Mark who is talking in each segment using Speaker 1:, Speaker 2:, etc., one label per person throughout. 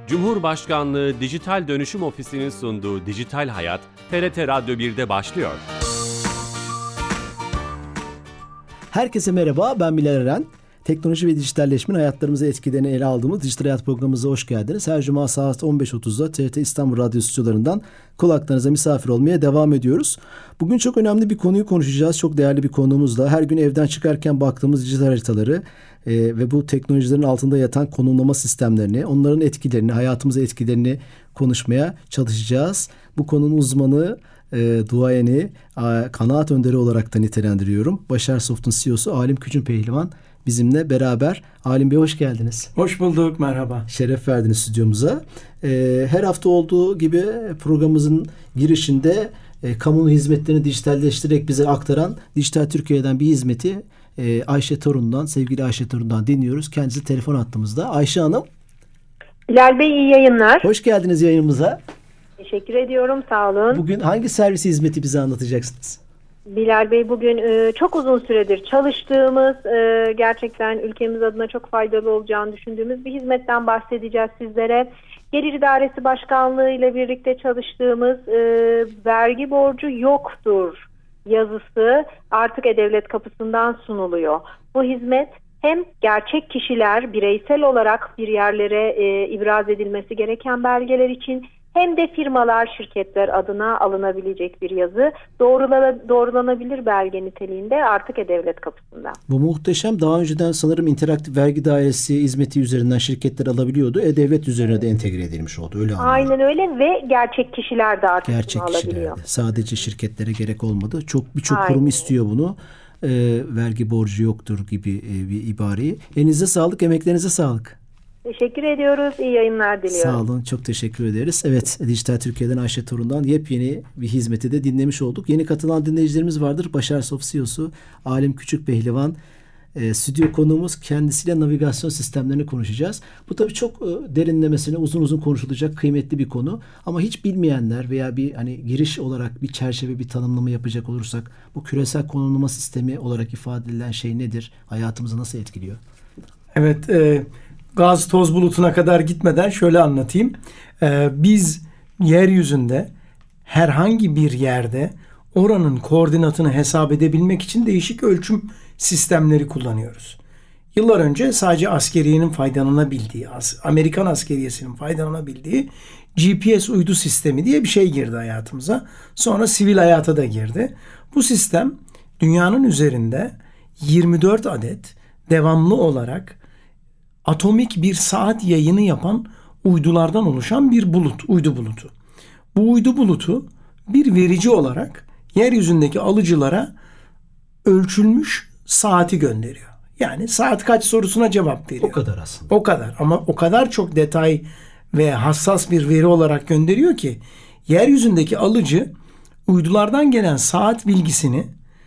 Speaker 1: Cumhurbaşkanlığı Dijital Dönüşüm Ofisi'nin sunduğu Dijital Hayat, TRT Radyo 1'de başlıyor.
Speaker 2: Herkese merhaba, ben Bilal Eren. Teknoloji ve dijitalleşmenin hayatlarımıza etkilerini ele aldığımız Dijital Hayat programımıza hoş geldiniz. Her cuma saat 15.30'da TRT İstanbul Radyo stüdyolarından kulaklarınıza misafir olmaya devam ediyoruz. Bugün çok önemli bir konuyu konuşacağız. Çok değerli bir konuğumuzla. Her gün evden çıkarken baktığımız dijital haritaları ve bu teknolojilerin altında yatan konumlama sistemlerini, onların etkilerini, hayatımıza etkilerini konuşmaya çalışacağız. Bu konunun uzmanı, duayeni, kanaat önderi olarak da nitelendiriyorum. Başarsoft'un CEO'su Alim Küçükpehlivan bizimle beraber. Alim Bey hoş geldiniz.
Speaker 3: Hoş bulduk, merhaba.
Speaker 2: Şeref verdiniz stüdyomuza. Her hafta olduğu gibi programımızın girişinde kamunun hizmetlerini dijitalleştirerek bize aktaran Dijital Türkiye'den bir hizmeti Ayşe Torun'dan, sevgili Ayşe Torun'dan dinliyoruz. Kendisi telefon hattımızda. Ayşe Hanım.
Speaker 4: Bilal Bey iyi yayınlar.
Speaker 2: Hoş geldiniz yayınımıza.
Speaker 4: Teşekkür ediyorum, sağ olun.
Speaker 2: Bugün hangi servis hizmeti bize anlatacaksınız?
Speaker 4: Bilal Bey bugün çok uzun süredir çalıştığımız, gerçekten ülkemiz adına çok faydalı olacağını düşündüğümüz bir hizmetten bahsedeceğiz sizlere. Gelir İdaresi Başkanlığı ile birlikte çalıştığımız vergi borcu yoktur yazısı artık E-Devlet kapısından sunuluyor. Bu hizmet hem gerçek kişiler bireysel olarak bir yerlere ibraz edilmesi gereken belgeler için hem de firmalar, şirketler adına alınabilecek bir yazı, doğrulanabilir belge niteliğinde artık E-Devlet kapısında.
Speaker 2: Bu muhteşem. Daha önceden sanırım interaktif vergi dairesi hizmeti üzerinden şirketler alabiliyordu. E-Devlet üzerine de entegre edilmiş oldu. Öyle anladım.
Speaker 4: Aynen öyle ve gerçek kişiler de artık bunu alabiliyor.
Speaker 2: Sadece şirketlere gerek olmadı. Birçok kurum istiyor bunu. Vergi borcu yoktur gibi bir ibareyi. Elinize sağlık, emeklerinize sağlık.
Speaker 4: Teşekkür ediyoruz. İyi yayınlar diliyorum.
Speaker 2: Sağ olun. Çok teşekkür ederiz. Evet, Dijital Türkiye'den Ayşe Torun'dan yepyeni bir hizmeti de dinlemiş olduk. Yeni katılan dinleyicilerimiz vardır. Başarsoft CEO'su Alim Küçükpehlivan stüdyo konuğumuz. Kendisiyle navigasyon sistemlerini konuşacağız. Bu tabii çok derinlemesine uzun uzun konuşulacak kıymetli bir konu. Ama hiç bilmeyenler veya bir giriş olarak bir çerçeve, bir tanımlama yapacak olursak bu küresel konumlama sistemi olarak ifade edilen şey nedir? Hayatımızı nasıl etkiliyor?
Speaker 3: Evet, gaz toz bulutuna kadar gitmeden şöyle anlatayım. Biz yeryüzünde herhangi bir yerde oranın koordinatını hesap edebilmek için değişik ölçüm sistemleri kullanıyoruz. Yıllar önce sadece askeriyenin faydalanabildiği, Amerikan askeriyesinin faydalanabildiği GPS uydu sistemi diye bir şey girdi hayatımıza. Sonra sivil hayata da girdi. Bu sistem dünyanın üzerinde 24 adet devamlı olarak atomik bir saat yayını yapan uydulardan oluşan bir bulut, uydu bulutu. Bu uydu bulutu bir verici olarak yeryüzündeki alıcılara ölçülmüş saati gönderiyor. Yani saat kaç sorusuna cevap veriyor.
Speaker 2: O kadar aslında.
Speaker 3: O kadar, ama o kadar çok detay ve hassas bir veri olarak gönderiyor ki yeryüzündeki alıcı uydulardan gelen saat bilgisini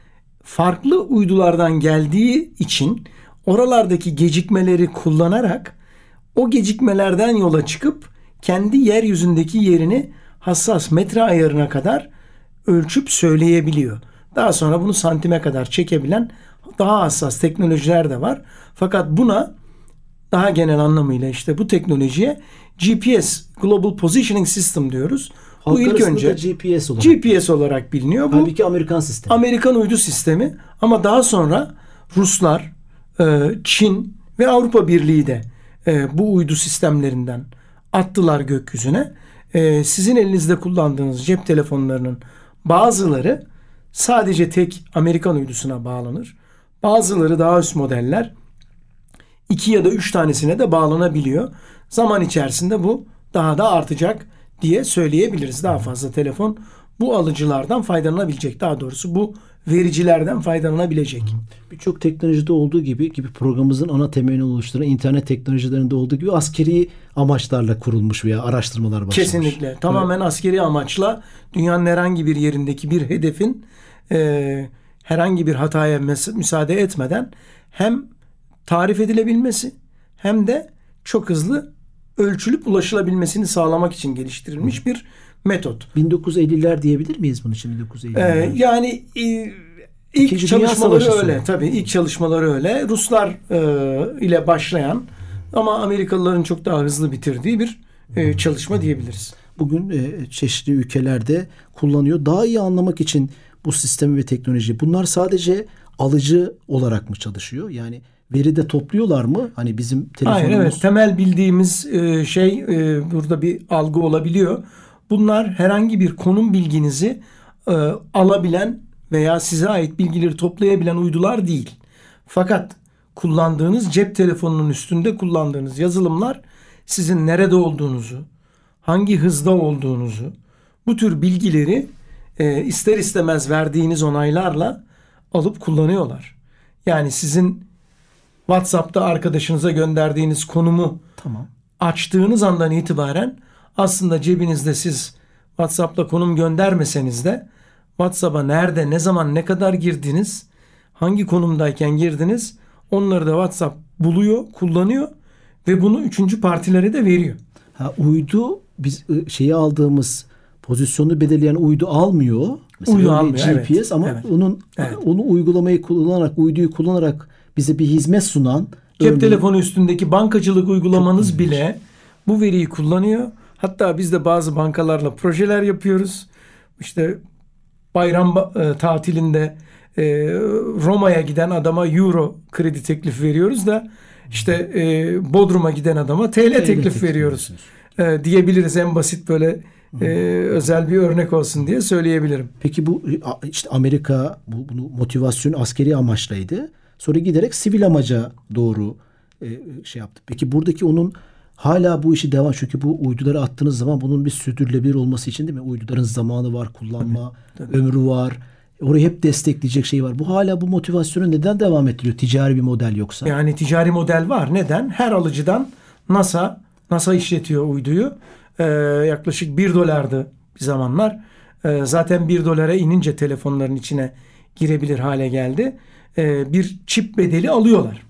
Speaker 3: farklı uydulardan geldiği için oralardaki gecikmeleri kullanarak o gecikmelerden yola çıkıp kendi yeryüzündeki yerini hassas metre ayarına kadar ölçüp söyleyebiliyor. Daha sonra bunu santime kadar çekebilen daha hassas teknolojiler de var. Fakat buna daha genel anlamıyla bu teknolojiye GPS, Global Positioning System diyoruz.
Speaker 2: Halk
Speaker 3: bu ilk önce GPS olarak biliniyor. Bu
Speaker 2: halbuki Amerikan sistemi.
Speaker 3: Amerikan uydu sistemi, ama daha sonra Ruslar, Çin ve Avrupa Birliği de bu uydu sistemlerinden attılar gökyüzüne. Sizin elinizde kullandığınız cep telefonlarının bazıları sadece tek Amerikan uydusuna bağlanır. Bazıları daha üst modeller 2 ya da 3 tanesine de bağlanabiliyor. Zaman içerisinde bu daha da artacak diye söyleyebiliriz. Daha fazla telefon bu alıcılardan faydalanabilecek. Daha doğrusu bu vericilerden faydalanabilecek.
Speaker 2: Birçok teknolojide olduğu gibi programımızın ana temelini oluşturan internet teknolojilerinde olduğu gibi askeri amaçlarla kurulmuş veya araştırmalar başlamış.
Speaker 3: Kesinlikle. Tamamen askeri amaçla dünyanın herhangi bir yerindeki bir hedefin herhangi bir hataya müsaade etmeden hem tarif edilebilmesi hem de çok hızlı ölçülüp ulaşılabilmesini sağlamak için geliştirilmiş bir metot.
Speaker 2: 1950'ler diyebilir miyiz bunun için? 1950'ler.
Speaker 3: Yani ilk çalışmaları öyle. Tabii ilk çalışmaları öyle. Ruslar ile başlayan ama Amerikalıların çok daha hızlı bitirdiği bir çalışma diyebiliriz.
Speaker 2: Bugün çeşitli ülkelerde kullanıyor. Daha iyi anlamak için bu sistemi ve teknolojiyi. Bunlar sadece alıcı olarak mı çalışıyor? Yani veri de topluyorlar mı? Hani bizim telefonumuz...
Speaker 3: Hayır, evet. Temel bildiğimiz burada bir algı olabiliyor. Bunlar herhangi bir konum bilginizi alabilen veya size ait bilgileri toplayabilen uydular değil. Fakat kullandığınız cep telefonunun üstünde kullandığınız yazılımlar sizin nerede olduğunuzu, hangi hızda olduğunuzu, bu tür bilgileri ister istemez verdiğiniz onaylarla alıp kullanıyorlar. Yani sizin WhatsApp'ta arkadaşınıza gönderdiğiniz konumu açtığınız andan itibaren aslında cebinizde siz WhatsApp'ta konum göndermeseniz de WhatsApp'a nerede, ne zaman, ne kadar girdiniz, hangi konumdayken girdiniz, onları da WhatsApp buluyor, kullanıyor ve bunu üçüncü partilere de veriyor.
Speaker 2: Uydu biz aldığımız pozisyonu belirleyen uydu almıyor. Mesela
Speaker 3: uydu almıyor,
Speaker 2: GPS
Speaker 3: evet.
Speaker 2: Ama
Speaker 3: evet.
Speaker 2: onu uygulamayı kullanarak, uyduyu kullanarak bize bir hizmet sunan
Speaker 3: cep telefonu üstündeki bankacılık uygulamanız bile bu veriyi kullanıyor. Hatta biz de bazı bankalarla projeler yapıyoruz. İşte bayram tatilinde Roma'ya giden adama euro kredi teklifi veriyoruz da işte Bodrum'a giden adama TL teklif veriyoruz diyebiliriz. En basit böyle özel bir örnek olsun diye söyleyebilirim.
Speaker 2: Peki bu işte Amerika bunu motivasyon askeri amaçlaydı. Sonra giderek sivil amaca doğru yaptı. Peki buradaki onun hala bu işi devam, çünkü bu uyduları attığınız zaman bunun bir sürdürülebilir olması için değil mi? Uyduların zamanı var, kullanma ömrü var. Orayı hep destekleyecek şey var. Bu hala bu motivasyonu neden devam ettiriyor? Ticari bir model yoksa?
Speaker 3: Yani ticari model var. Neden? Her alıcıdan NASA işletiyor uyduyu. Yaklaşık $1'dı bir zamanlar. Zaten $1 inince telefonların içine girebilir hale geldi. Bir çip bedeli alıyorlar.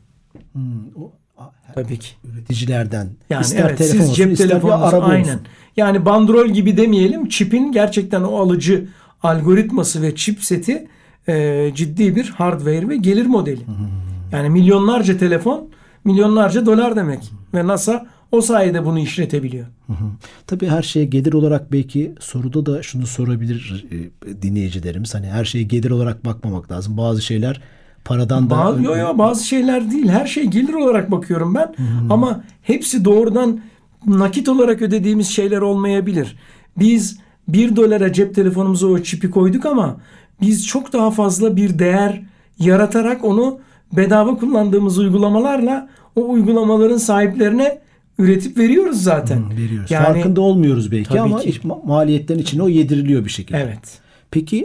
Speaker 3: Tabii ki.
Speaker 2: Üreticilerden.
Speaker 3: Yani
Speaker 2: ister
Speaker 3: evet,
Speaker 2: telefon
Speaker 3: siz
Speaker 2: olsun,
Speaker 3: cep
Speaker 2: ister
Speaker 3: telefonunuzu
Speaker 2: araba
Speaker 3: aynen.
Speaker 2: olsun.
Speaker 3: Yani bandrol gibi demeyelim. Çipin gerçekten o alıcı algoritması ve chipseti ciddi bir hardware ve gelir modeli. Yani milyonlarca telefon, milyonlarca dolar demek. Ve NASA o sayede bunu işletebiliyor.
Speaker 2: Tabii her şeye gelir olarak, belki soruda da şunu sorabilir dinleyicilerimiz. Hani her şeye gelir olarak bakmamak lazım. Bazı şeyler paradan da...
Speaker 3: Bazı şeyler değil. Her şey gelir olarak bakıyorum ben. Ama hepsi doğrudan nakit olarak ödediğimiz şeyler olmayabilir. Biz $1 cep telefonumuza o çipi koyduk ama biz çok daha fazla bir değer yaratarak onu bedava kullandığımız uygulamalarla o uygulamaların sahiplerine üretip veriyoruz zaten.
Speaker 2: Veriyoruz. Yani, farkında olmuyoruz belki ama maliyetlerin içine o yediriliyor bir şekilde.
Speaker 3: Evet.
Speaker 2: Peki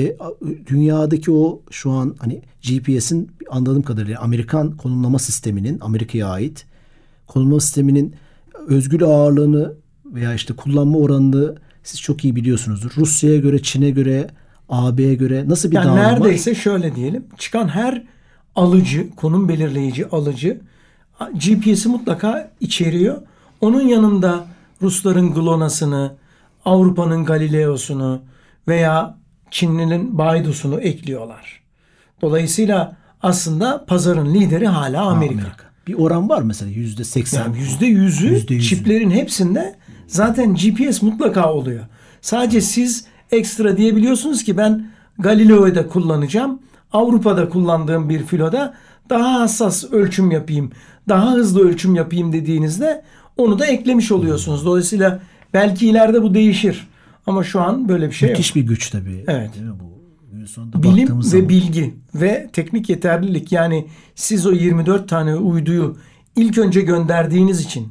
Speaker 2: dünyadaki o şu an hani GPS'in anladığım kadarıyla Amerikan konumlama sisteminin, Amerika'ya ait konumlama sisteminin özgül ağırlığını veya işte kullanma oranını siz çok iyi biliyorsunuzdur. Rusya'ya göre, Çin'e göre, AB'ye göre nasıl bir dağılım var?
Speaker 3: Neredeyse şöyle diyelim. Çıkan her alıcı, konum belirleyici alıcı GPS'i mutlaka içeriyor. Onun yanında Rusların GLONASS'ını, Avrupa'nın Galileo'sunu veya Çinli'nin Baidus'unu ekliyorlar. Dolayısıyla aslında pazarın lideri hala Amerika.
Speaker 2: Bir oran var mesela %80.
Speaker 3: Yani %100'ü çiplerin hepsinde zaten GPS mutlaka oluyor. Sadece siz ekstra diyebiliyorsunuz ki ben Galileo'yu da kullanacağım. Avrupa'da kullandığım bir filoda daha hassas ölçüm yapayım, daha hızlı ölçüm yapayım dediğinizde onu da eklemiş oluyorsunuz. Dolayısıyla belki ileride bu değişir. Ama şu an böyle bir şey yok.
Speaker 2: Müthiş bir güç tabii.
Speaker 3: Evet.
Speaker 2: Değil mi bu?
Speaker 3: Bilim ve zaman bilgi ve teknik yeterlilik, yani siz o 24 tane uyduyu ilk önce gönderdiğiniz için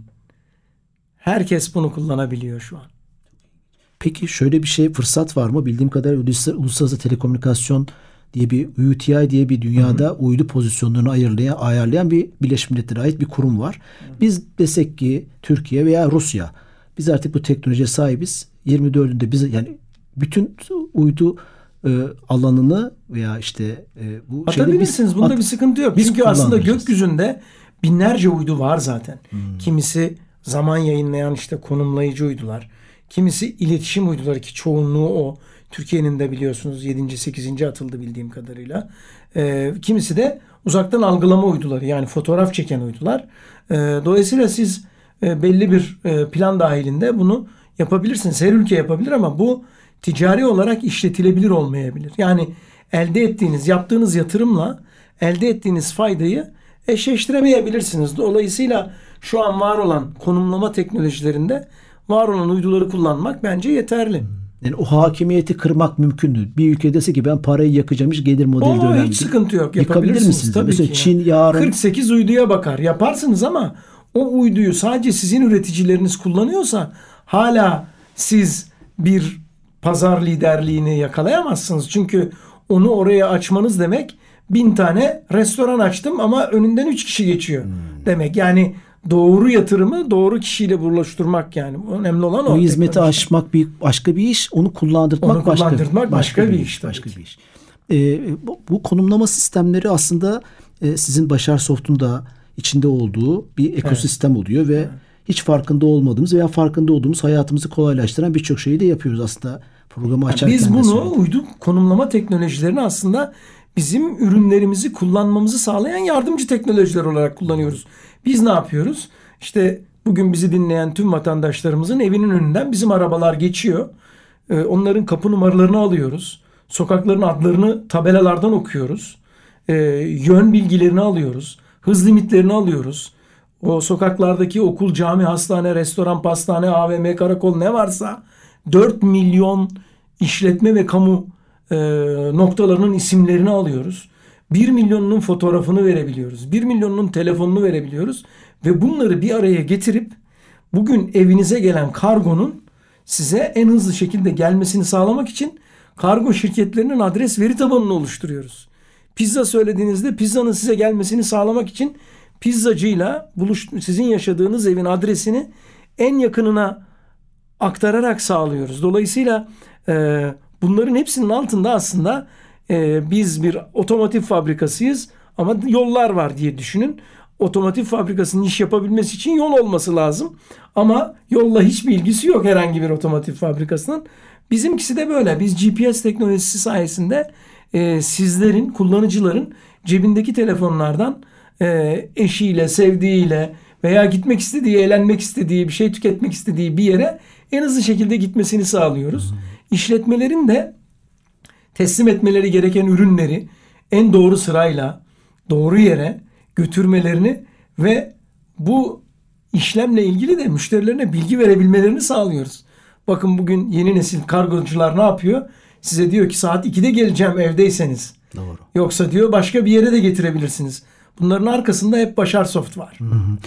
Speaker 3: herkes bunu kullanabiliyor şu an.
Speaker 2: Peki şöyle bir fırsat var mı? Bildiğim kadarıyla Uluslararası Telekomünikasyon diye bir UTI diye bir dünyada uydu pozisyonlarını ayarlayan bir Birleşmiş Milletler'e ait bir kurum var. Biz desek ki Türkiye veya Rusya, biz artık bu teknolojiye sahibiz. 24'ünde biz yani bütün uydu alanını veya işte bu
Speaker 3: atabilirsiniz. Bunda bir sıkıntı yok. Çünkü aslında gökyüzünde binlerce uydu var zaten. Kimisi zaman yayınlayan işte konumlayıcı uydular. Kimisi iletişim uyduları ki çoğunluğu o. Türkiye'nin de biliyorsunuz 7. 8. atıldı bildiğim kadarıyla. Kimisi de uzaktan algılama uyduları, yani fotoğraf çeken uydular. Dolayısıyla siz belli bir plan dahilinde bunu yapabilirsiniz. Her ülke yapabilir ama bu ticari olarak işletilebilir olmayabilir. Yani yaptığınız yatırımla elde ettiğiniz faydayı eşleştiremeyebilirsiniz. Dolayısıyla şu an var olan konumlama teknolojilerinde var olan uyduları kullanmak bence yeterli.
Speaker 2: Yani o hakimiyeti kırmak mümkün. Bir ülke dese ki ben parayı yakacağım, hiç gelir modeli de önemli.
Speaker 3: Hiç sıkıntı yok.
Speaker 2: Yıkabilir misiniz?
Speaker 3: Tabii
Speaker 2: Mesela
Speaker 3: ki.
Speaker 2: Çin yarın
Speaker 3: 48 uyduya bakar. Yaparsınız ama o uyduyu sadece sizin üreticileriniz kullanıyorsa hala siz bir pazar liderliğini yakalayamazsınız. Çünkü onu oraya açmanız demek 1000 tane restoran açtım ama önünden 3 kişi geçiyor demek. Yani doğru yatırımı doğru kişiyle buluşturmak yani. Önemli olan o.
Speaker 2: O hizmeti aşmak başka bir iş, onu kullandırmak
Speaker 3: başka bir iş.
Speaker 2: Bu konumlama sistemleri aslında sizin Başarsoft'un da içinde olduğu bir ekosistem oluyor ve hiç farkında olmadığımız veya farkında olduğumuz hayatımızı kolaylaştıran birçok şeyi de yapıyoruz aslında. Programı açarken
Speaker 3: biz bunu uydu konumlama teknolojilerini aslında bizim ürünlerimizi kullanmamızı sağlayan yardımcı teknolojiler olarak kullanıyoruz. Biz ne yapıyoruz? İşte bugün bizi dinleyen tüm vatandaşlarımızın evinin önünden bizim arabalar geçiyor. Onların kapı numaralarını alıyoruz. Sokakların adlarını tabelalardan okuyoruz. Yön bilgilerini alıyoruz. Hız limitlerini alıyoruz. O sokaklardaki okul, cami, hastane, restoran, pastane, AVM, karakol ne varsa 4 milyon işletme ve kamu noktalarının isimlerini alıyoruz. 1 milyonunun fotoğrafını verebiliyoruz. 1 milyonunun telefonunu verebiliyoruz. Ve bunları bir araya getirip bugün evinize gelen kargonun size en hızlı şekilde gelmesini sağlamak için kargo şirketlerinin adres veri tabanını oluşturuyoruz. Pizza söylediğinizde pizzanın size gelmesini sağlamak için pizzacıyla sizin yaşadığınız evin adresini en yakınına aktararak sağlıyoruz. Dolayısıyla bunların hepsinin altında aslında biz bir otomotiv fabrikasıyız ama yollar var diye düşünün. Otomotiv fabrikasının iş yapabilmesi için yol olması lazım. Ama yolla hiçbir ilgisi yok herhangi bir otomotiv fabrikasının. Bizimkisi de böyle. Biz GPS teknolojisi sayesinde sizlerin, kullanıcıların cebindeki telefonlardan eşiyle, sevdiğiyle veya gitmek istediği, eğlenmek istediği, bir şey tüketmek istediği bir yere en hızlı şekilde gitmesini sağlıyoruz. İşletmelerin de teslim etmeleri gereken ürünleri en doğru sırayla doğru yere götürmelerini ve bu işlemle ilgili de müşterilerine bilgi verebilmelerini sağlıyoruz. Bakın bugün yeni nesil kargocular ne yapıyor? Size diyor ki saat 2'de geleceğim evdeyseniz.
Speaker 2: Doğru.
Speaker 3: Yoksa diyor başka bir yere de getirebilirsiniz. Bunların arkasında hep Başarsoft var.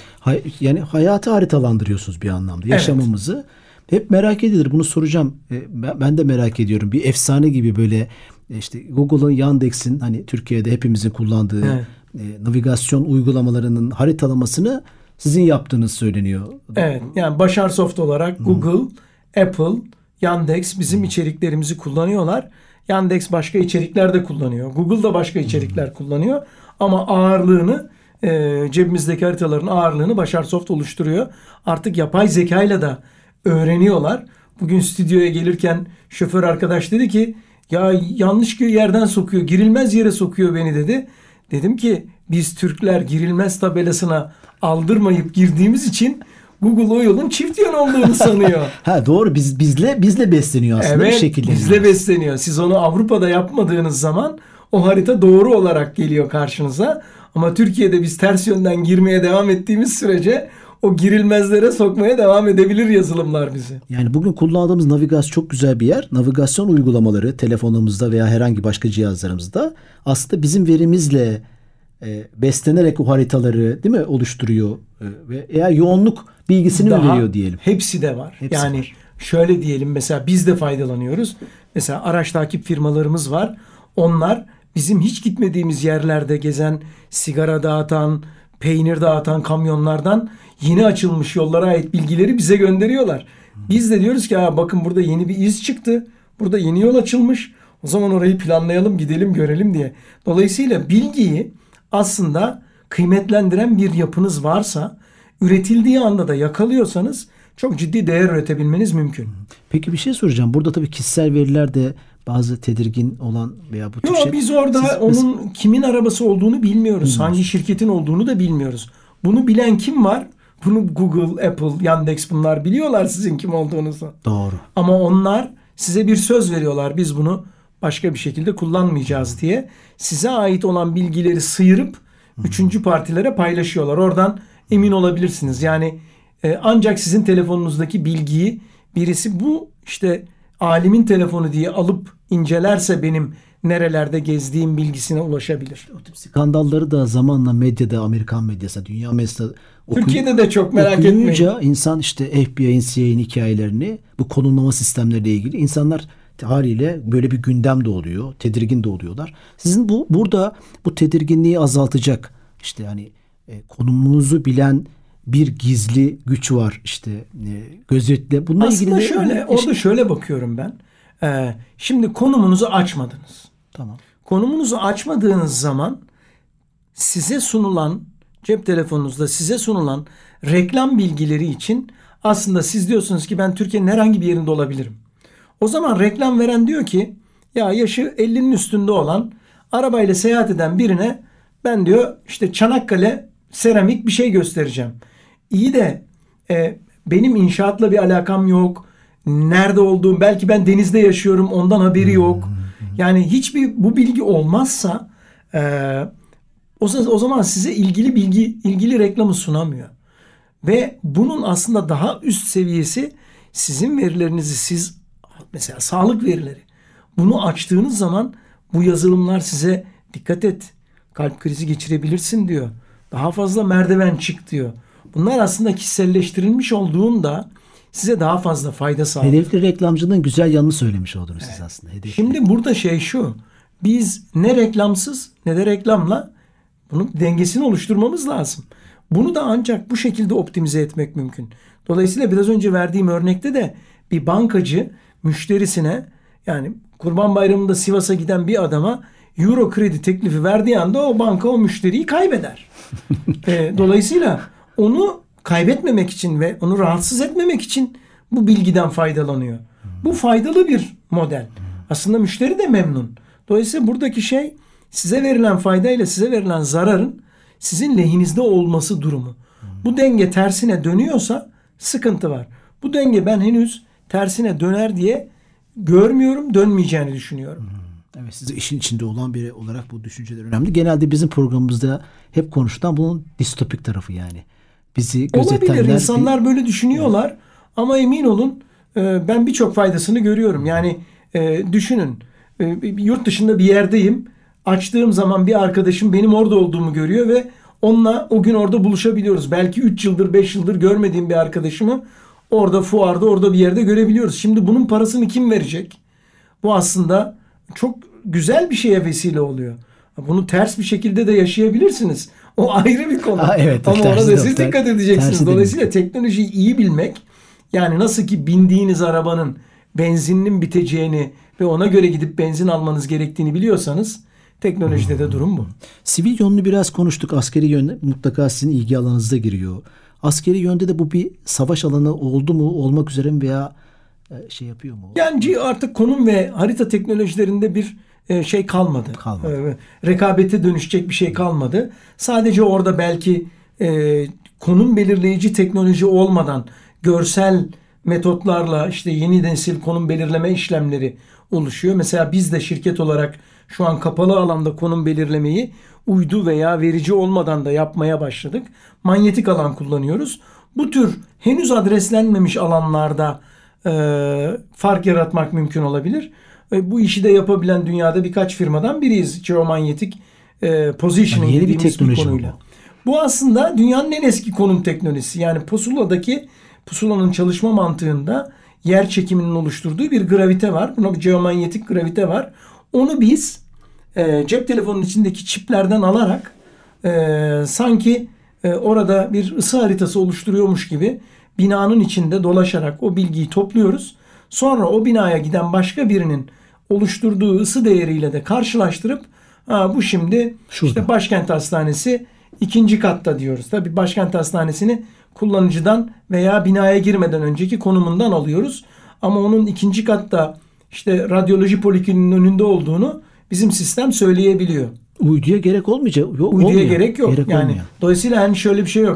Speaker 2: Yani hayatı haritalandırıyorsunuz bir anlamda. Yaşamımızı. Hep merak edilir. Bunu soracağım. Ben de merak ediyorum. Bir efsane gibi böyle işte Google'ın, Yandex'in hani Türkiye'de hepimizin kullandığı navigasyon uygulamalarının haritalamasını sizin yaptığınız söyleniyor.
Speaker 3: Evet. Yani Başarsoft olarak Google, Apple, Yandex bizim içeriklerimizi kullanıyorlar. Yandex başka içerikler de kullanıyor. Google da başka içerikler kullanıyor. Ama ağırlığını cebimizdeki haritaların ağırlığını Başarsoft oluşturuyor. Artık yapay zekayla da öğreniyorlar. Bugün stüdyoya gelirken şoför arkadaş dedi ki ya yanlış yerden sokuyor, girilmez yere sokuyor beni dedi. Dedim ki biz Türkler girilmez tabelasına aldırmayıp girdiğimiz için Google o yolun çift yön olduğunu sanıyor.
Speaker 2: Doğru, bizle besleniyor aslında bir şekilde.
Speaker 3: Evet, bizle besleniyor. Siz onu Avrupa'da yapmadığınız zaman o harita doğru olarak geliyor karşınıza. Ama Türkiye'de biz ters yönden girmeye devam ettiğimiz sürece o girilmezlere sokmaya devam edebilir yazılımlar bizi.
Speaker 2: Yani bugün kullandığımız navigasyon çok güzel bir yer. Navigasyon uygulamaları telefonumuzda veya herhangi başka cihazlarımızda aslında bizim verimizle beslenerek o haritaları değil mi oluşturuyor ve eğer yoğunluk bilgisini mi veriyor diyelim.
Speaker 3: Hepsi de var.
Speaker 2: Hepsi
Speaker 3: yani
Speaker 2: var.
Speaker 3: Şöyle diyelim, mesela biz de faydalanıyoruz. Mesela araç takip firmalarımız var. Onlar bizim hiç gitmediğimiz yerlerde gezen, sigara dağıtan, peynir dağıtan kamyonlardan yeni açılmış yollara ait bilgileri bize gönderiyorlar. Biz de diyoruz ki bakın burada yeni bir iz çıktı. Burada yeni yol açılmış. O zaman orayı planlayalım, gidelim, görelim diye. Dolayısıyla bilgiyi aslında kıymetlendiren bir yapınız varsa, üretildiği anda da yakalıyorsanız çok ciddi değer üretebilmeniz mümkün.
Speaker 2: Peki bir şey soracağım. Burada tabii kişisel veriler de bazı tedirgin olan veya bu tür şey.
Speaker 3: Biz orada kimin arabası olduğunu bilmiyoruz. Hangi şirketin olduğunu da bilmiyoruz. Bunu bilen kim var? Bunu Google, Apple, Yandex bunlar biliyorlar sizin kim olduğunuzu.
Speaker 2: Doğru.
Speaker 3: Ama onlar size bir söz veriyorlar. Biz bunu başka bir şekilde kullanmayacağız diye. Size ait olan bilgileri sıyırıp üçüncü partilere paylaşıyorlar. Oradan emin olabilirsiniz. Yani ancak sizin telefonunuzdaki bilgiyi birisi bu işte alimin telefonu diye alıp incelerse benim nerelerde gezdiğim bilgisine ulaşabilir.
Speaker 2: O tip skandalları da zamanla medyada, Amerikan medyası, dünya medyası
Speaker 3: Türkiye'de de çok merak
Speaker 2: okuyunca
Speaker 3: etmeyin.
Speaker 2: insan işte FBI'nin, CIA'nin hikayelerini, bu konumlama sistemleriyle ilgili insanlar haliyle böyle bir gündem de oluyor. Tedirgin de oluyorlar. Sizin burada bu tedirginliği azaltacak işte hani konumunuzu bilen bir gizli güç var işte gözetle. Bununla
Speaker 3: Aslında
Speaker 2: ilgili
Speaker 3: şöyle, orada şöyle bakıyorum ben. Şimdi konumunuzu açmadınız.
Speaker 2: Tamam.
Speaker 3: Konumunuzu açmadığınız zaman size sunulan cep telefonunuzda size sunulan reklam bilgileri için aslında siz diyorsunuz ki ben Türkiye'nin herhangi bir yerinde olabilirim. O zaman reklam veren diyor ki ya yaşı 50'nin üstünde olan arabayla seyahat eden birine ben diyor işte Çanakkale seramik bir şey göstereceğim. İyi de benim inşaatla bir alakam yok. Nerede olduğum, belki ben denizde yaşıyorum, ondan haberi yok. Yani hiçbir bu bilgi olmazsa o zaman size ilgili reklamı sunamıyor. Ve bunun aslında daha üst seviyesi sizin verilerinizi mesela sağlık verileri. Bunu açtığınız zaman bu yazılımlar size dikkat et, kalp krizi geçirebilirsin diyor. Daha fazla merdiven çık diyor. Bunlar aslında kişiselleştirilmiş olduğunda size daha fazla fayda sağlıyor.
Speaker 2: Hedefli reklamcının güzel yanını söylemiş oldunuz siz aslında. Hedefli.
Speaker 3: Şimdi burada şu. Biz ne reklamsız ne de reklamla bunun dengesini oluşturmamız lazım. Bunu da ancak bu şekilde optimize etmek mümkün. Dolayısıyla biraz önce verdiğim örnekte de bir bankacı müşterisine, yani Kurban Bayramı'nda Sivas'a giden bir adama euro kredi teklifi verdiği anda o banka o müşteriyi kaybeder. Dolayısıyla onu kaybetmemek için ve onu rahatsız etmemek için bu bilgiden faydalanıyor. Bu faydalı bir model. Aslında müşteri de memnun. Dolayısıyla buradaki şey size verilen fayda ile size verilen zararın sizin lehinizde olması durumu. Bu denge tersine dönüyorsa sıkıntı var. Bu denge ben henüz tersine döner diye görmüyorum, dönmeyeceğini düşünüyorum.
Speaker 2: Evet, siz de işin içinde olan biri olarak bu düşünceler önemli. Genelde bizim programımızda hep konuşulan bunun distopik tarafı yani. Bizi gözetenler...
Speaker 3: Olabilir, insanlar böyle düşünüyorlar ama emin olun ben birçok faydasını görüyorum. Yani düşünün, yurt dışında bir yerdeyim. Açtığım zaman bir arkadaşım benim orada olduğumu görüyor ve onunla o gün orada buluşabiliyoruz. Belki 3 yıldır 5 yıldır görmediğim bir arkadaşımı orada fuarda orada bir yerde görebiliyoruz. Şimdi bunun parasını kim verecek? Bu aslında çok güzel bir şeye vesile oluyor. Bunu ters bir şekilde de yaşayabilirsiniz. O ayrı bir konu.
Speaker 2: Evet,
Speaker 3: ama ona da siz dikkat edeceksiniz. Dolayısıyla teknolojiyi iyi bilmek, yani nasıl ki bindiğiniz arabanın benzininin biteceğini ve ona göre gidip benzin almanız gerektiğini biliyorsanız teknolojide de durum bu.
Speaker 2: Sivil yönünü biraz konuştuk. Askeri yönde mutlaka sizin ilgi alanınıza giriyor. Askeri yönde de bu bir savaş alanı oldu mu, olmak üzere mi veya şey yapıyor mu?
Speaker 3: Yani artık konum ve harita teknolojilerinde bir şey kalmadı. Rekabete dönüşecek bir şey kalmadı. Sadece orada belki konum belirleyici teknoloji olmadan görsel metotlarla işte yeni nesil konum belirleme işlemleri oluşuyor. Mesela biz de şirket olarak şu an kapalı alanda konum belirlemeyi uydu veya verici olmadan da yapmaya başladık. Manyetik alan kullanıyoruz. Bu tür henüz adreslenmemiş alanlarda fark yaratmak mümkün olabilir. Bu işi de yapabilen dünyada birkaç firmadan biriyiz. Geomanyetik positioning
Speaker 2: yeni
Speaker 3: dediğimiz
Speaker 2: bir teknoloji
Speaker 3: konuyla. Bu aslında dünyanın en eski konum teknolojisi. Yani pusulanın çalışma mantığında yer çekiminin oluşturduğu bir gravite var. Buna bir geomanyetik gravite var. Onu biz cep telefonunun içindeki çiplerden alarak sanki orada bir ısı haritası oluşturuyormuş gibi binanın içinde dolaşarak o bilgiyi topluyoruz. Sonra o binaya giden başka birinin oluşturduğu ısı değeriyle de karşılaştırıp bu şimdi işte Başkent Hastanesi 2. katta diyoruz. Tabii Başkent Hastanesi'ni kullanıcıdan veya binaya girmeden önceki konumundan alıyoruz. Ama onun 2. katta işte radyoloji polikliniğinin önünde olduğunu bizim sistem söyleyebiliyor.
Speaker 2: Uyduya gerek olmayacak.
Speaker 3: Uyduya gerek yok. Yani
Speaker 2: olmuyor.
Speaker 3: Dolayısıyla hani şöyle bir şey yok.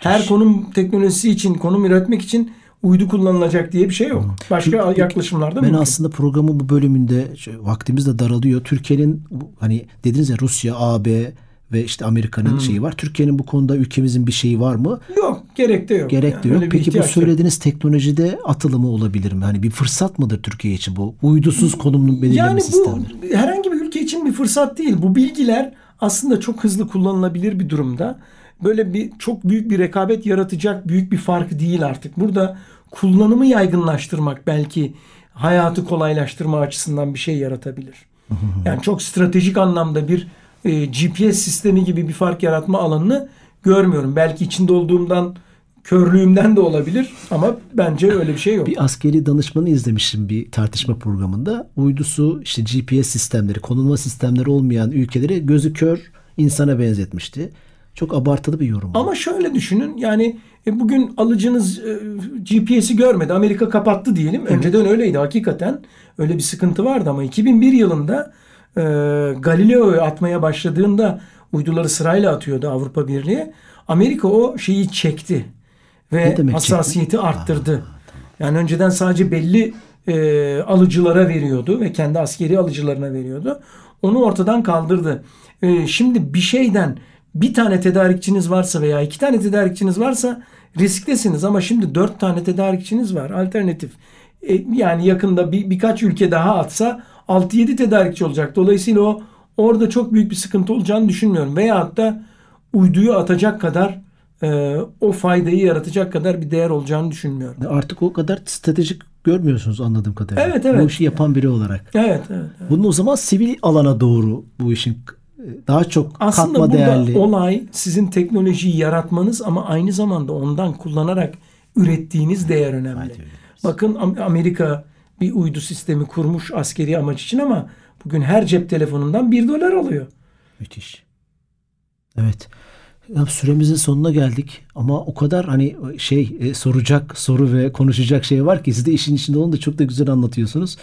Speaker 3: Her konum teknolojisi için, konum üretmek için uydu kullanılacak diye bir şey yok. Başka yaklaşımlar da
Speaker 2: ben
Speaker 3: mümkün.
Speaker 2: aslında programın bu bölümünde vaktimiz de daralıyor. Türkiye'nin hani dediniz ya Rusya, AB ve işte Amerika'nın şeyi var. Türkiye'nin bu konuda ülkemizin bir şeyi var mı?
Speaker 3: Yok. Gerek de yok.
Speaker 2: Gerek de
Speaker 3: Yani
Speaker 2: yok.
Speaker 3: öyle bir
Speaker 2: Peki bu
Speaker 3: ihtiyaç yok.
Speaker 2: söylediğiniz teknolojide atılımı olabilir mi? Hani bir fırsat mıdır Türkiye için bu? Uydusuz konum belirleme
Speaker 3: Yani
Speaker 2: sistemleri.
Speaker 3: bu herhangi bir ülke için bir fırsat değil. Bu bilgiler aslında çok hızlı kullanılabilir bir durumda. Böyle bir çok büyük bir rekabet yaratacak büyük bir fark değil artık. Burada kullanımı yaygınlaştırmak belki hayatı kolaylaştırma açısından bir şey yaratabilir. Yani çok stratejik anlamda bir GPS sistemi gibi bir fark yaratma alanını görmüyorum. Belki içinde olduğumdan, körlüğümden de olabilir ama bence öyle bir şey yok.
Speaker 2: Bir askeri danışmanı izlemiştim bir tartışma programında. Uydusu işte GPS sistemleri, konulma sistemleri olmayan ülkeleri gözü kör insana benzetmişti. Çok abartılı bir yorum.
Speaker 3: Ama şöyle düşünün yani bugün alıcınız GPS'i görmedi. Amerika kapattı diyelim. Önceden öyleydi hakikaten. Öyle bir sıkıntı vardı ama 2001 yılında Galileo'yu atmaya başladığında uyduları sırayla atıyordu Avrupa Birliği. Amerika o şeyi çekti ve hassasiyeti arttırdı. Yani önceden sadece belli alıcılara veriyordu ve kendi askeri alıcılarına veriyordu. Onu ortadan kaldırdı. Şimdi bir şeyden bir tane tedarikçiniz varsa veya 2 tane tedarikçiniz varsa risktesiniz ama şimdi 4 tane tedarikçiniz var. Alternatif. Yani yakında birkaç ülke daha atsa 6-7 tedarikçi olacak. Dolayısıyla orada çok büyük bir sıkıntı olacağını düşünmüyorum. Veyahut da uyduyu atacak kadar o faydayı yaratacak kadar bir değer olacağını düşünmüyorum.
Speaker 2: Artık o kadar stratejik görmüyorsunuz anladığım kadarıyla.
Speaker 3: Evet.
Speaker 2: Bu işi yapan biri olarak.
Speaker 3: Evet.
Speaker 2: Bunun o zaman sivil alana doğru bu işin daha çok
Speaker 3: aslında
Speaker 2: katma değerli.
Speaker 3: Aslında burada olay sizin teknolojiyi yaratmanız ama aynı zamanda ondan kullanarak ürettiğiniz değer önemli. Bakın Amerika bir uydu sistemi kurmuş askeri amaç için ama bugün her cep telefonundan $1 alıyor.
Speaker 2: Müthiş. Evet. Ya süremizin sonuna geldik ama o kadar hani soracak soru ve konuşacak şey var ki siz de işin içinde olun da çok da güzel anlatıyorsunuz.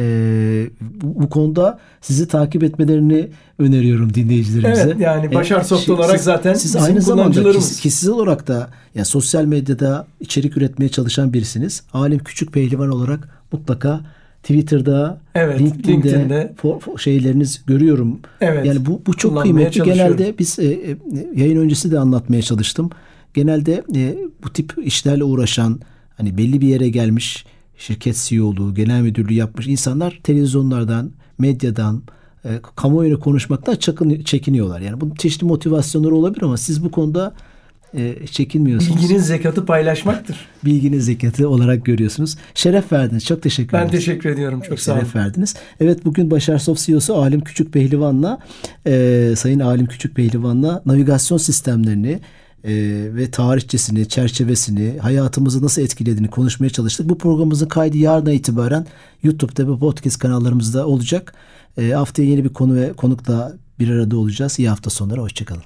Speaker 2: Bu konuda sizi takip etmelerini öneriyorum dinleyicilerimize.
Speaker 3: Evet yani Başar Soft olarak zaten
Speaker 2: siz
Speaker 3: bizim
Speaker 2: aynı zamanda
Speaker 3: kullanıcılarımız.
Speaker 2: kişisel olarak da yani sosyal medyada içerik üretmeye çalışan birisiniz. Alim Küçük Pehlivan olarak mutlaka Twitter'da, LinkedIn'de şeyleriniz görüyorum.
Speaker 3: Evet,
Speaker 2: yani bu çok kıymetli. Genelde biz yayın öncesi de anlatmaya çalıştım. Genelde bu tip işlerle uğraşan hani belli bir yere gelmiş şirket CEO'luğu, genel müdürlüğü yapmış insanlar televizyonlardan, medyadan, kamuoyuyla konuşmaktan çekiniyorlar. Yani bunun çeşitli motivasyonları olabilir ama siz bu konuda çekinmiyorsunuz.
Speaker 3: Bilginin zekatı paylaşmaktır.
Speaker 2: Bilginin zekatı olarak görüyorsunuz. Şeref verdiniz. Çok teşekkür ederim.
Speaker 3: Ben teşekkür ediyorum. Çok sağ olun.
Speaker 2: Şeref verdiniz. Evet bugün Başar Soft CEO'su Alim Küçük Pehlivan'la Sayın Alim Küçük Pehlivan'la navigasyon sistemlerini ve tarihçesini, çerçevesini, hayatımızı nasıl etkilediğini konuşmaya çalıştık. Bu programımızın kaydı yarına itibaren YouTube'da ve podcast kanallarımızda olacak. Haftaya yeni bir konu ve konukla bir arada olacağız. İyi hafta sonları. Hoşçakalın.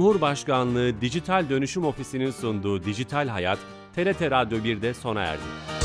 Speaker 1: Cumhurbaşkanlığı Dijital Dönüşüm Ofisi'nin sunduğu Dijital Hayat, TRT Radyo 1'de sona erdi.